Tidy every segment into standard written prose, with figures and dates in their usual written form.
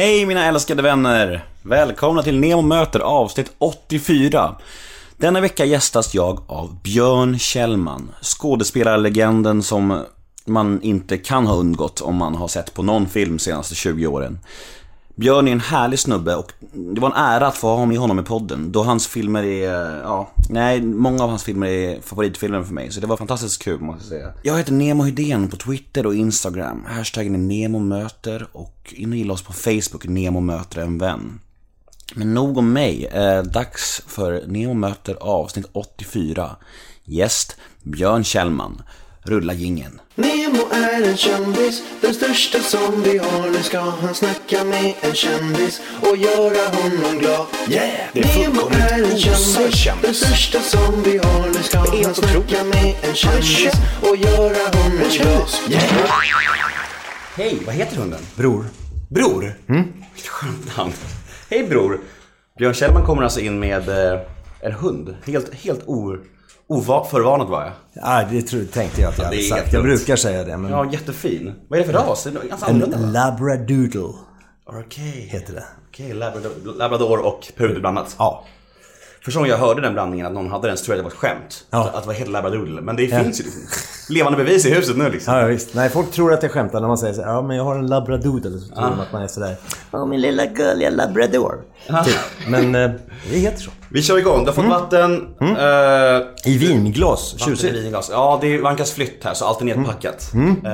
Hej mina älskade vänner! Välkomna till Nemo möter avsnitt 84. Denna vecka gästas jag av Björn Kjellman, skådespelarlegenden som man inte kan ha undgått om man har sett på någon film de senaste 20 åren. Björn är en härlig snubbe och det var en ära att få ha med honom i podden, då hans filmer är, många av hans filmer är favoritfilmer för mig, så det var fantastiskt kul måste jag säga. Jag heter Nemo Hedén på Twitter och Instagram, hashtaggen är Nemo möter, och in och gilla oss på Facebook, Nemo möter en vän. Men nog om mig, dags för Nemo möter avsnitt 84. Gäst Björn Kjellman. Rulla jingeln. Nemo är en kändis, den största som vi har. Nu ska han snacka med en kändis och göra honom glad. Yeah! Nemo är en kändis, den största som vi har. Nu ska han snacka med en kändis och göra honom glad. Yeah! Hej, vad heter hunden? Bror. Bror? Vilket skönt namn. Hej Bror. Björn Kjellman kommer alltså in med en hund. Helt förvarnat var jag. Ja, tänkte jag att jag hade sagt. Jag brukar säga det. Men... Ja, jättefin. Vad är det för ras? En labradoodle. Okej. Heter det. Okej, labrador och pudel blandat. Ja. Första gången jag hörde den blandningen att någon hade den, så tror jag det var ett skämt. Ja. Att det var helt labradoodle. Men det finns ju liksom levande bevis i huset nu liksom. Ja, visst. Nej, folk tror att jag skämtar när man säger så här, ja men jag har en labradoodle. Så tror de att man är sådär, ja min lilla gulliga labrador. Typ. Men det heter så. Vi kör igång, du har fått vatten. I vinglas, tjusigt. Vinglas. Ja, det är Vankas flytt här, så allt är nedpackat.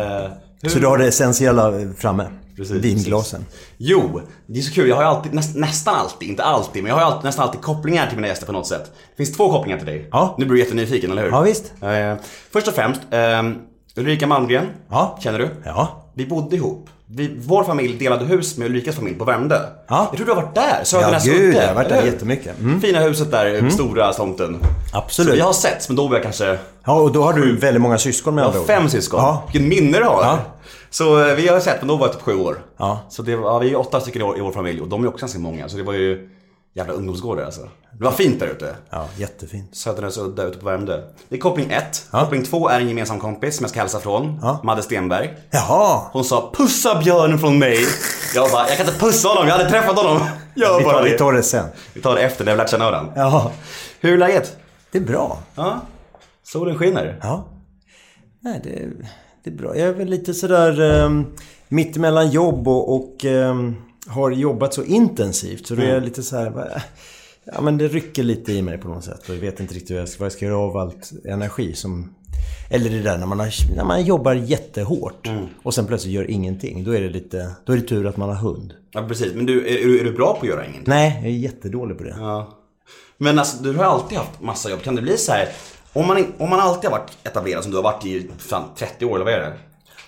Så du har det essentiella framme. Precis, vinglasen. Precis. Jo, det är så kul. Jag har ju alltid, nästan alltid, inte alltid, men jag har nästan alltid kopplingar till mina gäster på något sätt. Det finns 2 kopplingar till dig. Ja. Nu blir du jättenyfiken, eller hur? Ja, visst. Först och främst, Ulrika Malmgren. Ja. Känner du? Ja. Vi bodde ihop. Vår familj delade hus med Ulrikas familj på Värmdö. Ja. Jag tror du har varit där. Ja, gud, jag har varit där jättemycket. Fina huset där, stora tomten. Absolut. Så vi har sett, men då var jag kanske... Ja, och då har du väldigt många syskon med andra ord. 5 syskon. Ja. Vilken minne du har. Ja. Så vi har sett, men då var jag typ 7 år. Ja. Så det var, vi är 8 stycken i vår familj, och de är också ganska många. Så det var ju jävla ungdomsgårdar alltså. Det var fint där ute. Ja, jättefint. Södernes udda ute på Värmdö. Det är koppling 1. Ja. Koppling 2 är en gemensam kompis som jag ska hälsa från. Ja. Madde Stenberg. Jaha. Hon sa, pussa Björn från mig. Jag bara, jag kan inte pussa honom, jag hade träffat honom. Vi tar det sen. Vi tar det efter när vi lärt känna varandra. Ja. Hur är läget? Det är bra. Ja. Solen skiner. Ja. Nej, det är bra. Jag är väl lite sådär mitt emellan jobb och har jobbat så intensivt. Så då är jag lite så här, ja men det rycker lite i mig på något sätt. Och jag vet inte riktigt vad jag ska göra av allt energi som... Eller det där när man jobbar jättehårt och sen plötsligt gör ingenting. Då är det tur att man har hund. Ja, precis. Men är du bra på att göra ingenting? Nej, jag är jättedålig på det. Ja. Men alltså, du har alltid haft massa jobb. Kan det bli så här... Om man alltid har varit etablerad, som du har varit i 30 år, eller vad är det?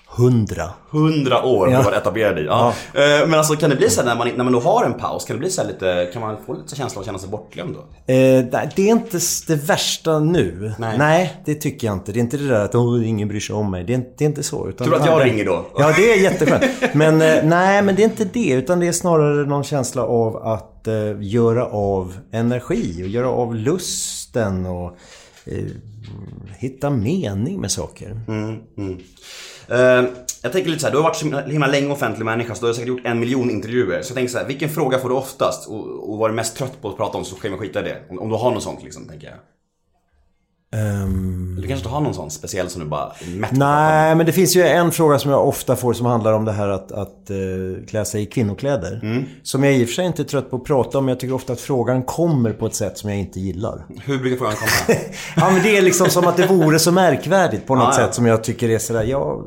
100 år har du varit etablerad i. Ja. Ja. Men alltså, kan det bli så här när man då har en paus, kan det bli så här lite, kan man få lite känsla av att känna sig bortglömd då? Det är inte det värsta nu. Nej, det tycker jag inte. Det är inte det där att ingen bryr sig om mig. Det är inte så. Utan tror du att jag ringer då? Ja, det är jätteskönt. Men nej, men det är inte det. Utan det är snarare någon känsla av att göra av energi och göra av lusten och hitta mening med saker. Jag tänker lite så här, du har varit så himla länge offentlig människa, så du har säkert gjort 1 miljon intervjuer. Så jag tänker så här, vilken fråga får du oftast och vad är du mest trött på att prata om, så kan man skita i det. Om du har något sånt liksom, tänker jag. Du kanske inte har någon sån speciell som du bara är mätt på. Nej, men det finns ju en fråga som jag ofta får som handlar om det här att klä sig i kvinnokläder. Som jag i och för sig inte är trött på att prata om, men jag tycker ofta att frågan kommer på ett sätt som jag inte gillar. Hur brukar frågan komma? Ja, men det är liksom som att det vore så märkvärdigt på något sätt som jag tycker är sådär,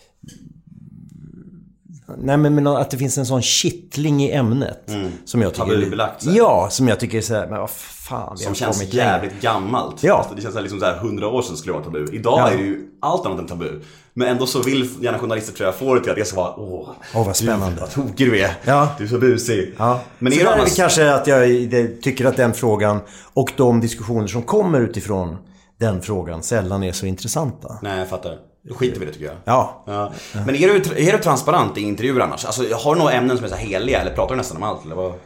nej, men att det finns en sån kittling i ämnet som jag tycker tabubelagt. Ja, som jag tycker är såhär, men vad fan, som känns jävligt gammalt. Ja. Alltså, det känns liksom så här 100 år sedan skulle det vara tabu. Idag är det ju allt annat än tabu. Men ändå så vill gärna journalister, tror jag, få det till att det ska vara vad spännande. Vad tokig du är. Ja. Du är så busig. Ja. Men så är det kanske att jag tycker att den frågan och de diskussioner som kommer utifrån den frågan sällan är så intressanta. Nej, jag fattar. Då skiter vi det, tycker jag. Ja. Men är du transparent i intervjuer annars? Alltså, har du några ämnen som är så heliga, eller pratar du nästan om allt? Eller vad?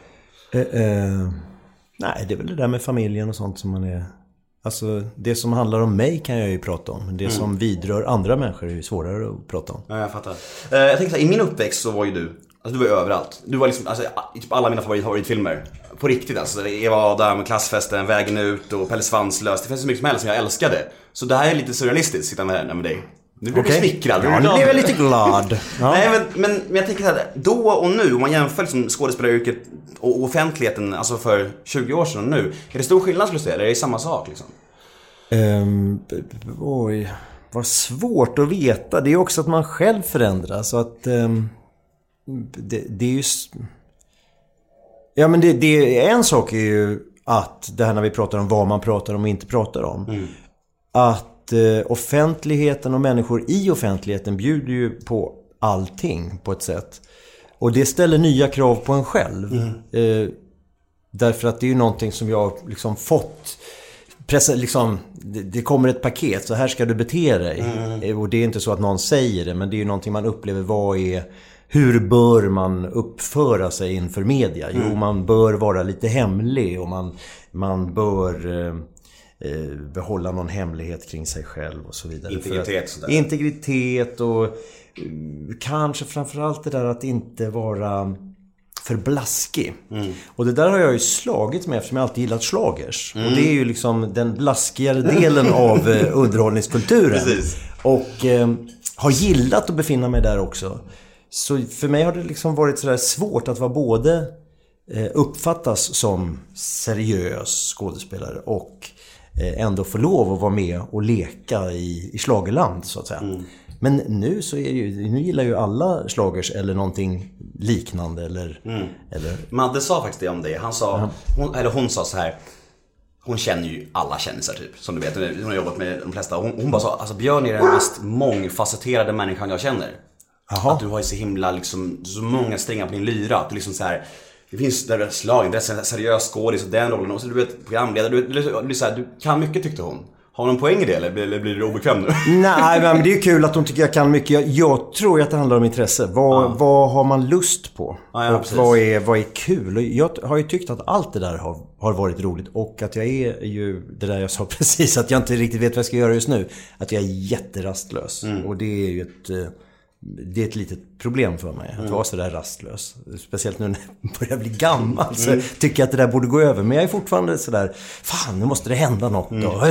Nej, det är väl det där med familjen och sånt som man är... Alltså, det som handlar om mig kan jag ju prata om. Det som vidrör andra människor är ju svårare att prata om. Ja, jag fattar. Jag tänkte så här, i min uppväxt så var ju du Alltså du var överallt. Du var liksom, alltså, i typ alla mina favoritfilmer. På riktigt alltså. Eva Adam, Klassfesten, Vägen ut och Pelle Svanslös. Det finns så mycket som helst som jag älskade. Så det här är lite surrealistiskt, sitta med dig. Nu blir du smickrad. Ja, nu blir jag lite glad. Ja. Nej, men jag tänker så här, då och nu, om man jämför liksom skådespelaryrket och offentligheten, alltså för 20 år sedan och nu. Är det stor skillnad skulle du säga? Eller är det samma sak liksom? Oj, vad svårt att veta. Det är också att man själv förändras. Så att det är ju... Ja, men det är en sak är ju att det här när vi pratar om vad man pratar om och inte pratar om. Att offentligheten och människor i offentligheten bjuder ju på allting på ett sätt. Och det ställer nya krav på en själv. Därför att det är ju någonting som jag liksom fått... Liksom, det kommer ett paket, så här ska du bete dig. Och det är inte så att någon säger det, men det är ju någonting man upplever. Hur bör man uppföra sig inför media? Jo, man bör vara lite hemlig och man bör behålla någon hemlighet kring sig själv och så vidare. Integritet och kanske framförallt det där att inte vara för blaskig. Och det där har jag ju slagit med eftersom jag alltid gillat slagers. Och det är ju liksom den blaskigare delen av underhållningskulturen. Precis. Och har gillat att befinna mig där också. Så för mig har det liksom varit så där svårt att vara både uppfattas som seriös skådespelare och ändå få lov att vara med och leka i schlagerland så att säga. Men nu så nu gillar ju alla slagers eller någonting liknande eller Madde sa faktiskt det om det. Han sa hon sa så här. Hon känner ju alla kändisar typ, som du vet. Hon har jobbat med de flesta. Hon bara sa, alltså Björn är den mest mångfacetterade människan jag känner. Aha. Att du har ju så himla liksom, så många strängar på din lyra. Att du liksom så här, det finns där slag, det är seriös skådis och den rollen. Och så du vet, programledare, du så här, du kan mycket tyckte hon. Har någon poäng i det eller blir du obekväm nu? Nej, men det är ju kul att hon tycker jag kan mycket. Jag tror ju att det handlar om intresse. Vad har man lust på? Och vad är kul? Och jag har ju tyckt att allt det där har varit roligt. Och att jag är ju, det där jag sa precis, att jag inte riktigt vet vad jag ska göra just nu. Att jag är jätterastlös. Och det är ju det är ett litet problem för mig att vara så där rastlös. Speciellt nu när jag börjar bli gammal så tycker jag att det där borde gå över. Men jag är fortfarande så där, fan nu måste det hända något då.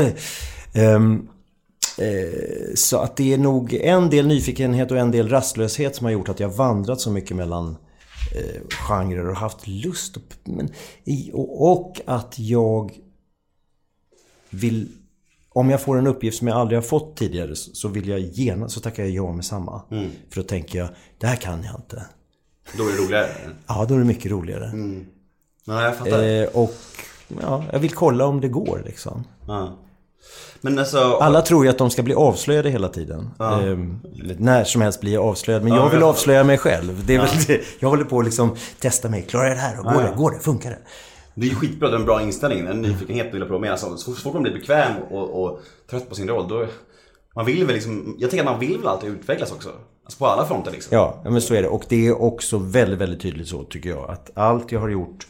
Så att det är nog en del nyfikenhet och en del rastlöshet som har gjort att jag vandrat så mycket mellan genrer och haft lust och att jag vill, om jag får en uppgift som jag aldrig har fått tidigare så vill jag genast, så tackar jag ja med samma. För då tänker jag, det här kan jag inte. Då är det roligare? Ja, då är det mycket roligare. Ja, jag fattar. Och ja, jag vill kolla om det går liksom. Ja. Men alltså, alla tror ju att de ska bli avslöjade hela tiden. När som helst blir jag avslöjad. Men jag vill avslöja mig själv. Det är väl det. Jag håller på att liksom testa mig. Klarar jag det här? Och går det? Funkar det? Det är ju skitbra, det är en bra inställning. En nyfikenhet vill jag prova med. Alltså, så fort man blir bekväm och trött på sin roll, då man vill väl liksom, jag tänker att man vill väl alltid utvecklas också. Alltså på alla fronter liksom. Ja, men så är det. Och det är också väldigt, väldigt tydligt så tycker jag. Att allt jag har gjort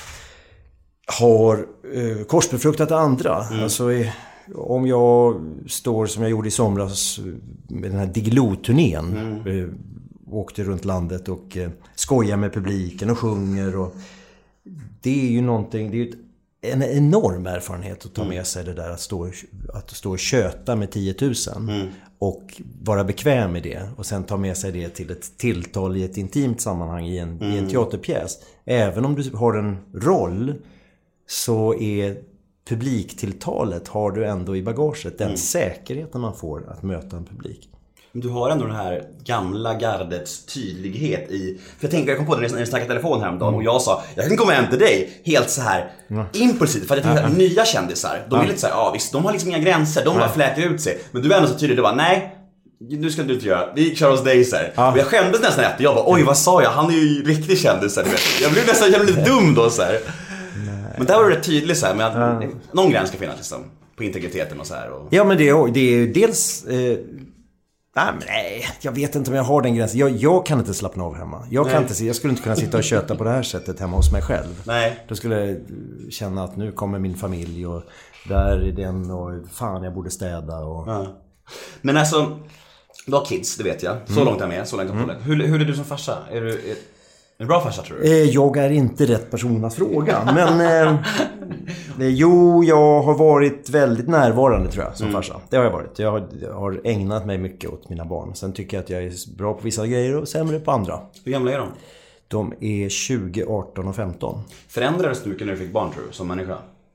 har korsbefruktat andra. Alltså om jag står som jag gjorde i somras med den här Diggiloo-turnén. Åkte runt landet och skojar med publiken och sjunger. Och det är ju någonting, det är ju en enorm erfarenhet att ta med sig det där att stå och köta med 10 000 och vara bekväm med det och sen ta med sig det till ett tilltal i ett intimt sammanhang i en teaterpjäs. Även om du har en roll så är publiktilltalet har du ändå i bagaget, den säkerheten man får att möta en publik. Du har ändå den här gamla gardets tydlighet i... För jag kom på det när jag snackade telefon häromdagen och jag sa, jag kan komma hem till dig helt så här impulsivt. För att jag tycker nya kändisar, de är lite så här, visst, de har liksom inga gränser, de bara fläker ut sig. Men du är ändå så tydlig, du bara, nej, nu ska du inte göra, vi kör hos dig så här. Och jag skämdes nästan efter, jag bara, oj vad sa jag, han är ju riktig kändis här, du vet. Jag blev nästan lite dum då så här. Men där var det rätt tydligt så här, med att någon gräns ska finnas liksom, på integriteten och så här. Och... Ja, men det är ju dels... Nej, jag vet inte om jag har den gränsen. Jag kan inte slappna av hemma. Jag skulle inte kunna sitta och köta på det här sättet hemma hos mig själv. Nej. Då skulle jag känna att nu kommer min familj och där är den och fan jag borde städa och... Men alltså, du har kids, det vet jag. Så långt är jag med, så långt är jag. Hur är du som farsa? En bra farsa, tror du? Jag är inte rätt person att fråga. Men jo, jag har varit väldigt närvarande, tror jag, som farsa. Det har jag varit. Jag har ägnat mig mycket åt mina barn. Sen tycker jag att jag är bra på vissa grejer och sämre på andra. Hur gamla är de? De är 20, 18 och 15. Förändrades du mycket när du fick barn, tror du, som människa?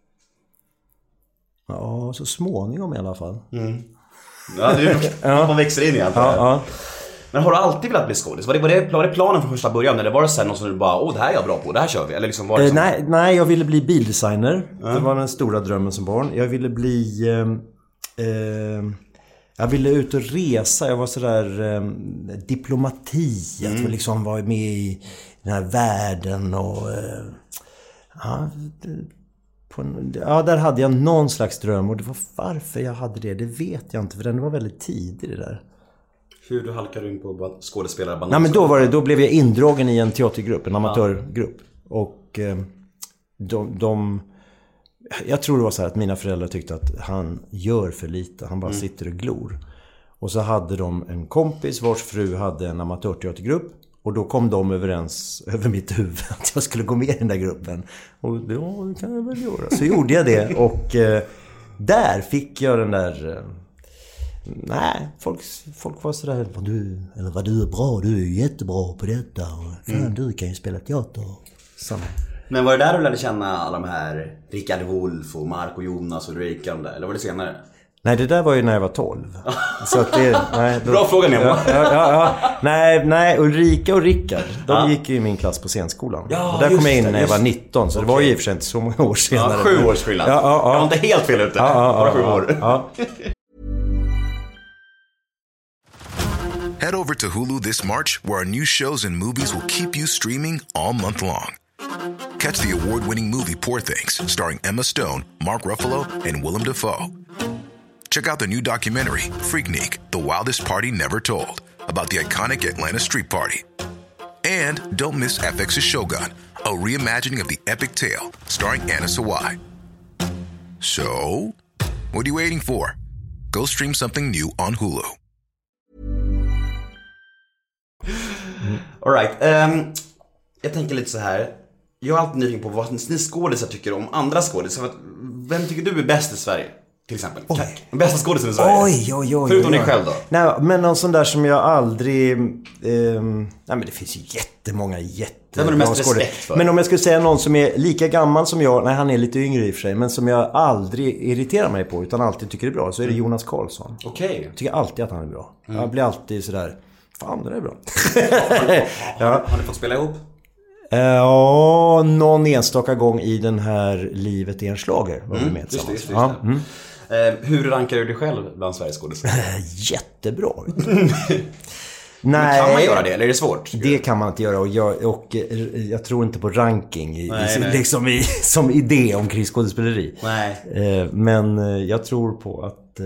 Ja, så småningom i alla fall. Man växer in i allt. Ja. Men har du alltid velat bli skådis? Var det planen från första början? Eller var det sen något som du bara, det här är jag bra på, det här kör vi? Eller liksom var det nej, jag ville bli bildesigner. Det var den stora drömmen som barn. Jag ville bli... jag ville ut och resa. Jag var sådär diplomati. Att liksom vara med i den här världen och... där hade jag någon slags dröm. Och det var varför jag hade det vet jag inte. För den var väldigt tidig, det där. Hur du halkade in på skådespelarband? Nej, men då blev jag indragen i en teatergrupp, en amatörgrupp. Och jag tror det var så här att mina föräldrar tyckte att han gör för lite. Han bara sitter och glor. Och så hade de en kompis vars fru hade en amatörteatergrupp. Och då kom de överens över mitt huvud att jag skulle gå med i den där gruppen. Och det kan jag väl göra. Så gjorde jag det. Och där fick jag den där... Nej, folk var sådär, vad du är bra, du är jättebra på detta. Och fan, du kan ju spela teater. Samma. Men var det där du lärde känna alla de här Rickard Wolff och Mark och Jonas och Ulrika och eller var det senare? Nej, det där var ju när jag var 12. Så att bra fråga, Nemo. Nej, Ulrika och Rickard, de gick ju i min klass på scenskolan. Och där kom jag in när jag var 19, så det var ju i och för sig inte så många år senare. 7 års skillnad. Jag var inte helt fel ute. Bara 7 år. Head over to Hulu this March, where our new shows and movies will keep you streaming all month long. Catch the award-winning movie Poor Things, starring Emma Stone, Mark Ruffalo, and Willem Dafoe. Check out the new documentary, Freaknik, The Wildest Party Never Told, about the iconic Atlanta Street Party. And don't miss FX's Shogun, a reimagining of the epic tale, starring Anna Sawai. So, what are you waiting for? Go stream something new on Hulu. All right. Jag tänker lite så här. Jag är alltid nyfiken på vad ni skådisar tycker om andra skådisar. Vem tycker du är bäst i Sverige? Till exempel. Den bästa skådisen i Sverige. Oj. Förutom dig själv då? Nej, men någon sån där som jag aldrig... nej, men det finns ju jättemånga Vem är du mest respekt för? Men om jag skulle säga någon som är lika gammal som jag... Nej, han är lite yngre i och för sig. Men som jag aldrig irriterar mig på, utan alltid tycker är bra. Så är det Jonas Karlsson. Okej. Jag tycker alltid att han är bra. Jag blir alltid sådär... Fan, det är bra. Har ni fått spela ihop? Ja, någon enstaka gång i den här Livet är en schlager var vi med tillsammans. Just det. Hur rankar du dig själv bland Sveriges skådespelare? Jättebra. Nej, kan man göra det eller är det svårt? Det kan man inte göra och jag tror inte på ranking liksom som idé om skådespeleri. Nej. Men jag tror på att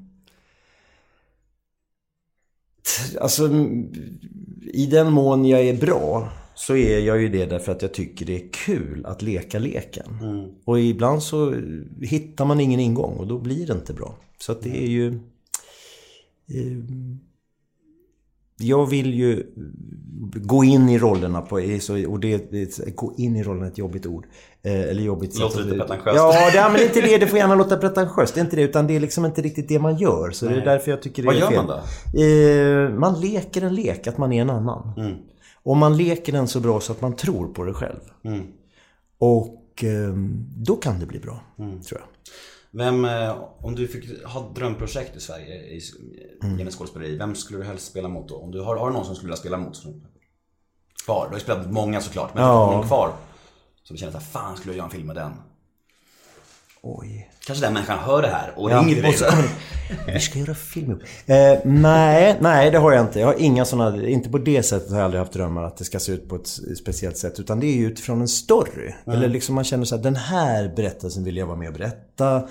alltså i den mån jag är bra så är jag ju det därför att jag tycker det är kul att leka leken. Och ibland så hittar man ingen ingång och då blir det inte bra. Så att det är ju... jag vill ju gå in i rollerna på... Och gå in i rollen är ett jobbigt ord. Eller jobbigt sätt. Låter lite pretentiöst. Ja, men inte det får gärna låta pretentiöst. Det är inte det, utan det är liksom inte riktigt det man gör. Så det är därför jag tycker det är fel. Vad gör man då? Man leker en lek att man är en annan. Och man leker den så bra så att man tror på det själv. Och då kan det bli bra, tror jag. Om du fick ha drömprojekt i Sverige genom skådespeleri, vem skulle du helst spela mot då? Om du har du någon som skulle vilja spela mot kvar? Du har spelat många såklart, men någon kvar som känner att fan skulle jag göra en film med den. Oj. Kanske den människan hör det här och ringer dig. Vi ska göra film. Nej, det har jag inte. Jag har inga sådana, inte på det sättet har jag aldrig haft drömmar att det ska se ut på ett speciellt sätt, utan det är ju utifrån en story. Eller liksom man känner så här, den här berättelsen vill jag vara med och berätta.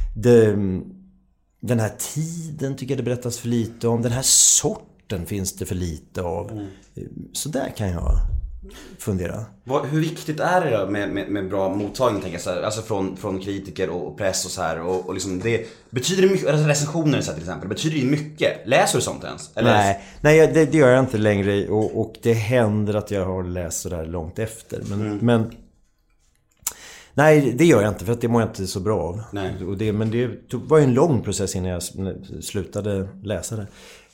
Den här tiden tycker jag det berättas för lite om. Den här sorten finns det för lite av. Så där kan jag fundera. Hur viktigt är det då med bra mottagning, tänker jag så här, alltså från kritiker och press och så här, och liksom det betyder det mycket, alltså recensioner så här, till exempel, betyder det mycket? Läser du sånt ens? Eller? Nej, det gör jag inte längre, och det händer att jag har läst så där långt efter, men nej, det gör jag inte, för att det mår jag inte så bra av. Men det var ju en lång process innan jag slutade läsa det.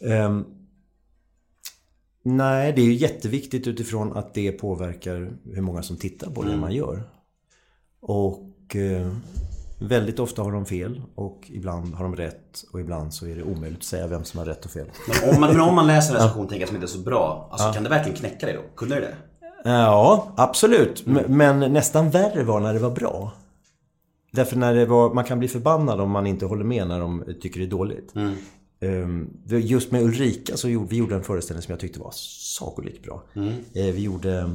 Nej, det är ju jätteviktigt utifrån att det påverkar hur många som tittar på det man gör. Och väldigt ofta har de fel, och ibland har de rätt, och ibland så är det omöjligt att säga vem som har rätt och fel. Men om man läser en recension, tänker jag, som inte är så bra, alltså, kan det verkligen knäcka dig då? Kunde det? Ja, absolut. Men nästan värre var när det var bra. Därför när man kan bli förbannad om man inte håller med när de tycker det är dåligt. Just med Ulrika så vi gjorde en föreställning som jag tyckte var sagolikt bra. Vi gjorde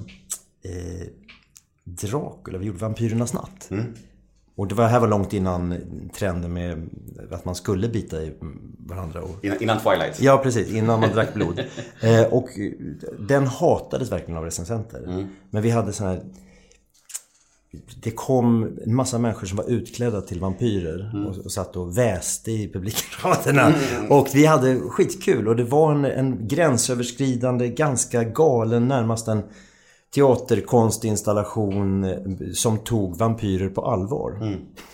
Dracula, vi gjorde Vampyrernas natt. Och det här var långt innan trenden med att man skulle bita i varandra. Innan Twilight. Ja, precis. Innan man drack blod. Och den hatades verkligen av recensenter. Men vi hade sån här... Det kom en massa människor som var utklädda till vampyrer och satt och väste i publikraderna. Och vi hade skitkul, och det var en gränsöverskridande, ganska galen, närmast en teaterkonstinstallation som tog vampyrer på allvar.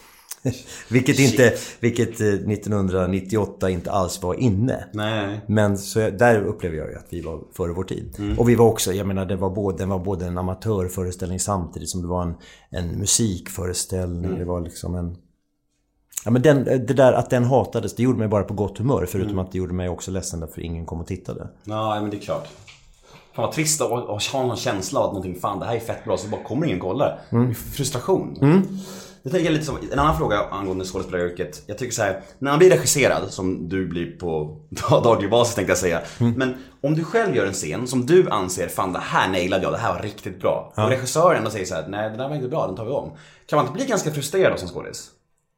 Vilket 1998 inte alls var inne. Nej. Men så där upplever jag ju att vi var före vår tid. Och vi var också, jag menar, den var både en amatörföreställning samtidigt som det var en musikföreställning. Det var liksom en... Ja, men det där att den hatades, det gjorde mig bara på gott humör. Förutom att det gjorde mig också ledsen därför ingen kom och tittade. Ja, men det är klart. Fan vad trist att ha någon känsla av att någonting, fan det här är fett bra, så bara kommer ingen kolla. Frustration. Det tänker jag lite som en annan fråga angående skådespelaryrket. Jag tycker så här, när man blir regisserad, som du blir på daglig basis, tänkte jag säga. Men om du själv gör en scen som du anser, fan det här nailade jag, det här var riktigt bra. Och regissören då säger så här, nej det där var inte bra, den tar vi om. Kan man inte bli ganska frustrerad då som skådis?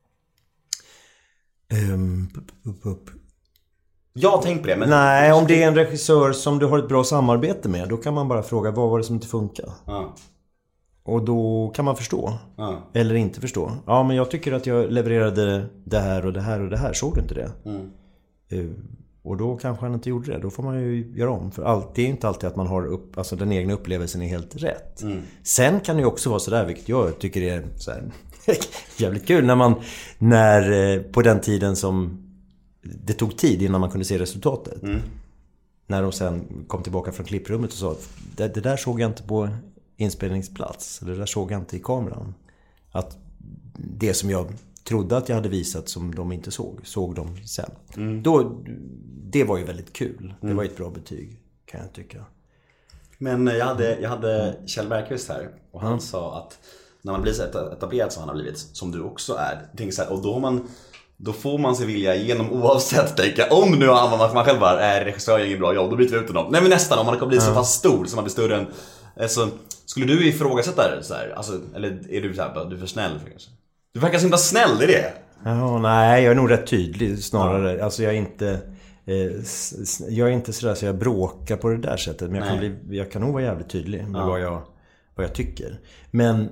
Jag har tänkt på det, men... Nej, om det är en regissör som du har ett bra samarbete med, då kan man bara fråga, vad var det som inte funkar? Och då kan man förstå. Eller inte förstå. Ja, men jag tycker att jag levererade det här och det här och det här. Såg du inte det? Och då kanske han inte gjorde det. Då får man ju göra om. För det är inte alltid att man har alltså den egna upplevelsen är helt rätt. Sen kan det ju också vara sådär, vilket jag tycker är så här, jävligt kul. När på den tiden som det tog tid innan man kunde se resultatet. När de sen kom tillbaka från klipprummet och sa att det där såg jag inte på inspelningsplats, eller det där såg jag inte i kameran, att det som jag trodde att jag hade visat som de inte såg de sen. Det var ju väldigt kul. Det var ett bra betyg, kan jag tycka. Men jag hade Kjell Bergqvist här, och han sa att när man blir så etablerad som han har blivit, som du också är, så här, och då får man sig vilja igenom oavsett, tänka, om nu man själv bara är regissör, ingen bra jobb, då byter vi ut honom. Nej, men nästan, om man kan bli så pass stor som man blir större än, alltså, skulle du ifrågasätta det så här? Alltså, eller är du så här, du är för snäll för kanske? Du verkar så himla snäll, är det? Ja, nej, jag är nog rätt tydlig snarare. Alltså jag är inte sådär så jag bråkar på det där sättet, men jag kan nog vara jävligt tydlig med vad jag tycker. Men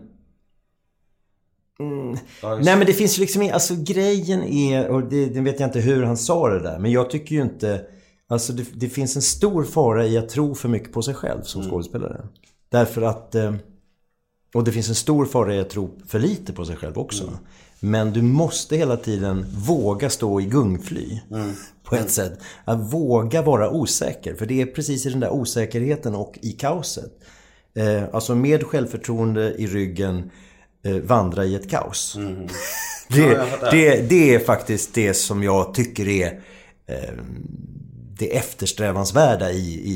nej, men det finns ju liksom, alltså grejen är, och det vet jag inte hur han sa det där, men jag tycker ju inte, alltså det finns en stor fara i att tro för mycket på sig själv som skådespelare. Därför att och det finns en stor fara i att tro för lite på sig själv också. Men du måste hela tiden våga stå i gungfly på ett sätt. Att våga vara osäker, för det är precis i den där osäkerheten och i kaoset. Alltså med självförtroende i ryggen vandra i ett kaos. Det är faktiskt det som jag tycker är det eftersträvansvärda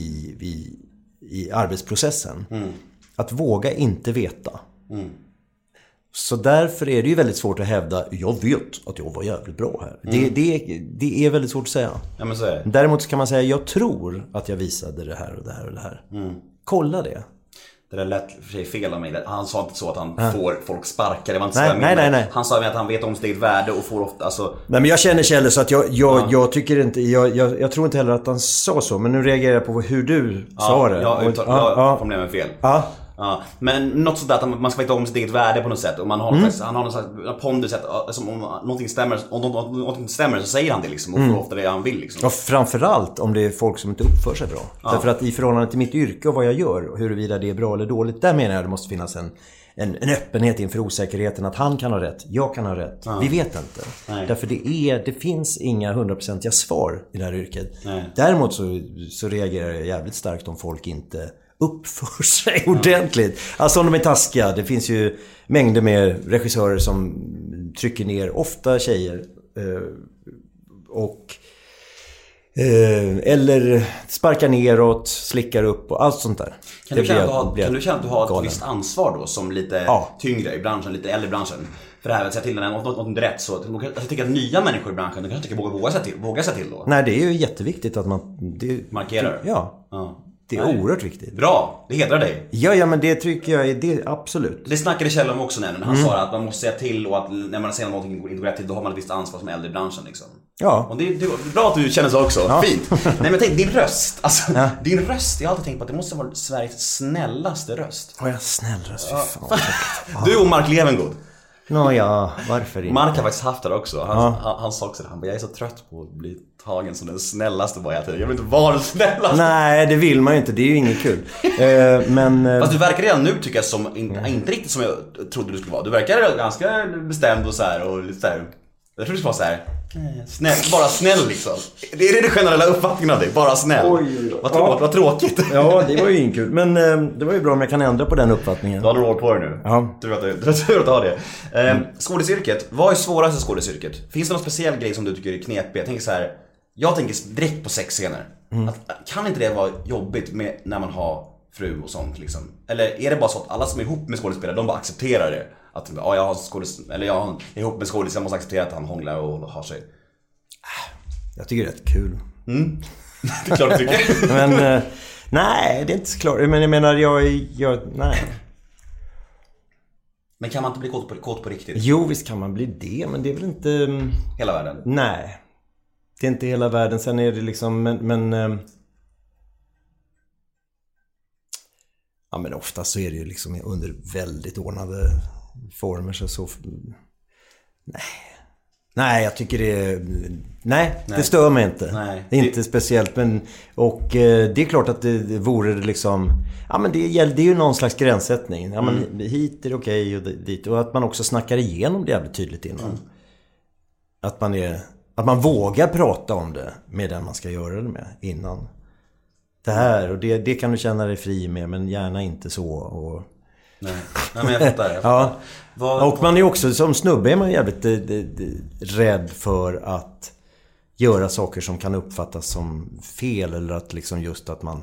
i arbetsprocessen. Att våga inte veta. Så därför är det ju väldigt svårt att hävda, jag vet att jag var jävligt bra här. Det är väldigt svårt att säga. Ja, men så är det. Däremot så kan man säga, jag tror att jag visade det här och det här och det här. Kolla det. Det där lät för sig fel av mig. Han sa inte så att han får folk sparkar. Det var inte så nej. Han sa att han vet om sitt eget värde och får ofta... Alltså... Nej, men jag känner Kjell så att jag tycker inte... Jag tror inte heller att han sa så. Men nu reagerar jag på hur du sa det. Jag formulerar mig fel. Ja, men något sådär att man ska veta om sitt eget värde på något sätt. Och man har han har någon slags pondus att om någonting stämmer så säger han det liksom. Och får ofta det han vill liksom. Och framförallt om det är folk som inte uppför sig bra. Därför att i förhållande till mitt yrke och vad jag gör och huruvida det är bra eller dåligt, där menar jag att det måste finnas en öppenhet inför osäkerheten att han kan ha rätt, jag kan ha rätt. Vi vet inte. Därför det finns inga 100% svar i det här yrket. Däremot så reagerar jag jävligt starkt om folk inte uppför sig ordentligt. Alltså om de är taskiga. Det finns ju mängder med regissörer som trycker ner, ofta tjejer, och eller sparkar neråt, slickar upp och allt sånt där. Kan du känna att du har ett visst ansvar då som lite tyngre i branschen, lite äldre i branschen? För det här att säga till när något inte är rätt, så jag tycker att nya människor i branschen, de kanske inte våga säga till då. Nej, det är ju jätteviktigt att man markerar. Ja. Det är oerhört viktigt. Bra, det hedrar dig. Ja, men det tycker jag är det, absolut. Det snackade Kjell om också när han sa att man måste säga till och att när man säger någonting inte går rätt till, då har man ett visst ansvar som äldre i branschen liksom. Ja. Och det är bra att du känner så också. Ja. Fint. Nej, men tänk, din röst. Alltså, din röst, jag har alltid tänkt på att det måste vara Sveriges snällaste röst. Ja, snäll röst, fy fan. Du och Mark Levengood. Nåja, varför inte? Mark har faktiskt haft det också. Han sa också det. Han bara, jag är så trött på att bli tagen som den snällaste bara jag vill inte vara den snällaste. Nej, det vill man ju inte. Det är ju inget kul. Men... Fast du verkar redan nu tycker jag som, inte riktigt som jag trodde du skulle vara. Du verkar ganska bestämd och så här. Och lite så här. Jag tror det skulle vara så här. Snäll, bara snäll liksom. Det är det generella uppfattningen av dig. Bara snäll. Oj. Vad tråkigt. Ja, det var ju inte kul. Men det var ju bra om jag kan ändra på den uppfattningen. Du har några år på dig nu. Ja. Tur att du har det. Skådisyrket. Vad är svårast i skådisyrket? Finns det någon speciell grej som du tycker är knepig? Jag tänker direkt på sexscener. Kan inte det vara jobbigt med när man har fru och sånt liksom? Eller är det bara så att alla som är ihop med skådespelare, de bara accepterar det? Att jag är ihop med skådis, jag måste acceptera att han hånglar och har sig. Jag tycker det är rätt kul. Det är klart du tycker. Men nej, det är inte så klart. Men jag menar, nej. Men kan man inte bli kåt på riktigt? Jo, visst kan man bli det, men det är väl inte... Hela världen? Nej. Det är inte hela världen. Sen är det liksom, men ja, men ofta så är det ju liksom under väldigt ordnade former så nej, jag tycker nej, det stör mig inte. Nej. Det är inte speciellt, men och det är klart att det vore liksom, ja, men det är ju någon slags gränssättning. Ja, men hit är det okej och dit, och att man också snackar igenom det jävligt tydligt innan. Att man vågar prata om det med den man ska göra det med innan. Det här, och det kan du känna dig fri med, men gärna inte så. Och... Nej, men jag fattar. Ja. Och man är också, som snubbe är man jävligt rädd för att göra saker som kan uppfattas som fel, eller att liksom just att man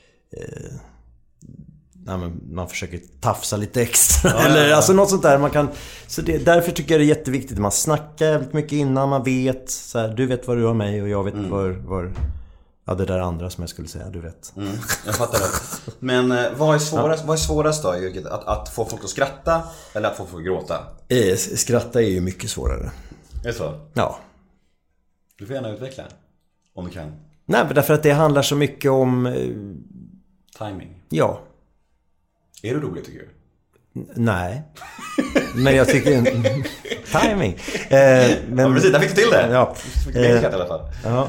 man försöker tafsa lite extra eller alltså något sånt där man kan, så därför tycker jag det är jätteviktigt att man snackar jävligt mycket innan, man vet så här, du vet vad du har mig och jag vet var det där andra som jag skulle säga, du vet. Jag fattar det. Men vad är svårast då, Jörgen? Att få folk att skratta eller att få folk att gråta? Skratta är ju mycket svårare. Är det så? Ja. Du får gärna utveckla om du kan. Nej, men därför att det handlar så mycket om timing. Ja. Är du rolig, tycker du? Nej. Men jag tycker timing. Men ja, precis, där fick du till det. Ja. I alla fall. Ja.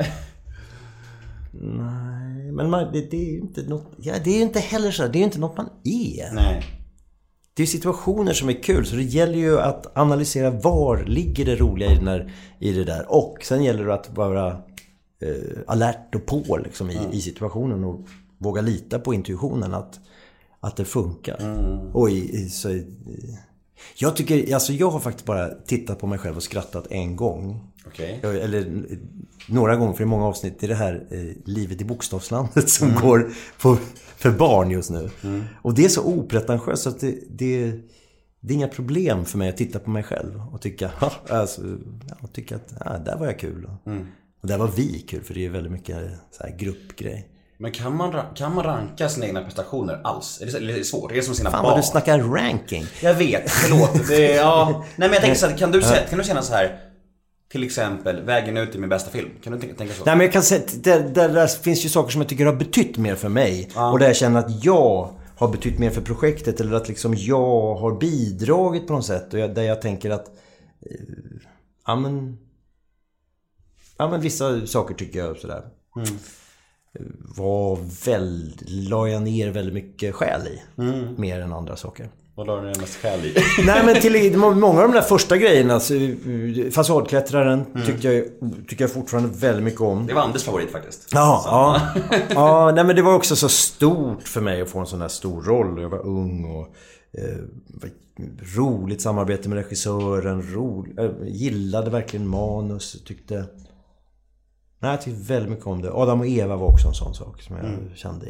Nej, men det är ju inte något, det är ju inte heller så, det är ju inte något man är. Nej. Det är situationer som är kul, så det gäller ju att analysera var ligger det roliga i det där, och sen gäller det att vara alert och på liksom i situationen och våga lita på intuitionen att det funkar. Jag tycker, alltså jag har faktiskt bara tittat på mig själv och skrattat en gång. Okay. Eller några gånger, för i många avsnitt i det här livet i bokstavslandet som går för barn just nu. Och det är så opretentiöst så att det är inga problem för mig att titta på mig själv och tycka tycka att där var jag kul. Och där var vi kul, för det är väldigt mycket så här gruppgrej. Men kan man ranka sina egna prestationer alls? Är det svårt? Är det som sina Fan barn? vad du snackar ranking. Jag vet, förlåt. Nej men jag tänker så här, kan du känna så här, till exempel Vägen ut i min bästa film? Kan du tänka så? Nej men jag kan säga, där finns ju saker som jag tycker har betytt mer för mig. Och där jag känner att jag har betytt mer för projektet. Eller att liksom jag har bidragit på något sätt. Och där jag tänker att ja men vissa saker tycker jag sådär la jag ner väldigt mycket själ i. Mer än andra saker. Vad la du mest själ i? Nej men till många av de där första grejerna, alltså, Fasadklättraren tycker jag fortfarande väldigt mycket om. Det var Anders favorit faktiskt. Ja, nej men det var också så stort för mig att få en sån här stor roll. Jag var ung och roligt samarbete med regissören, gillade verkligen manus, jag tyckte väldigt mycket om det. Adam och Eva var också en sån sak som jag kände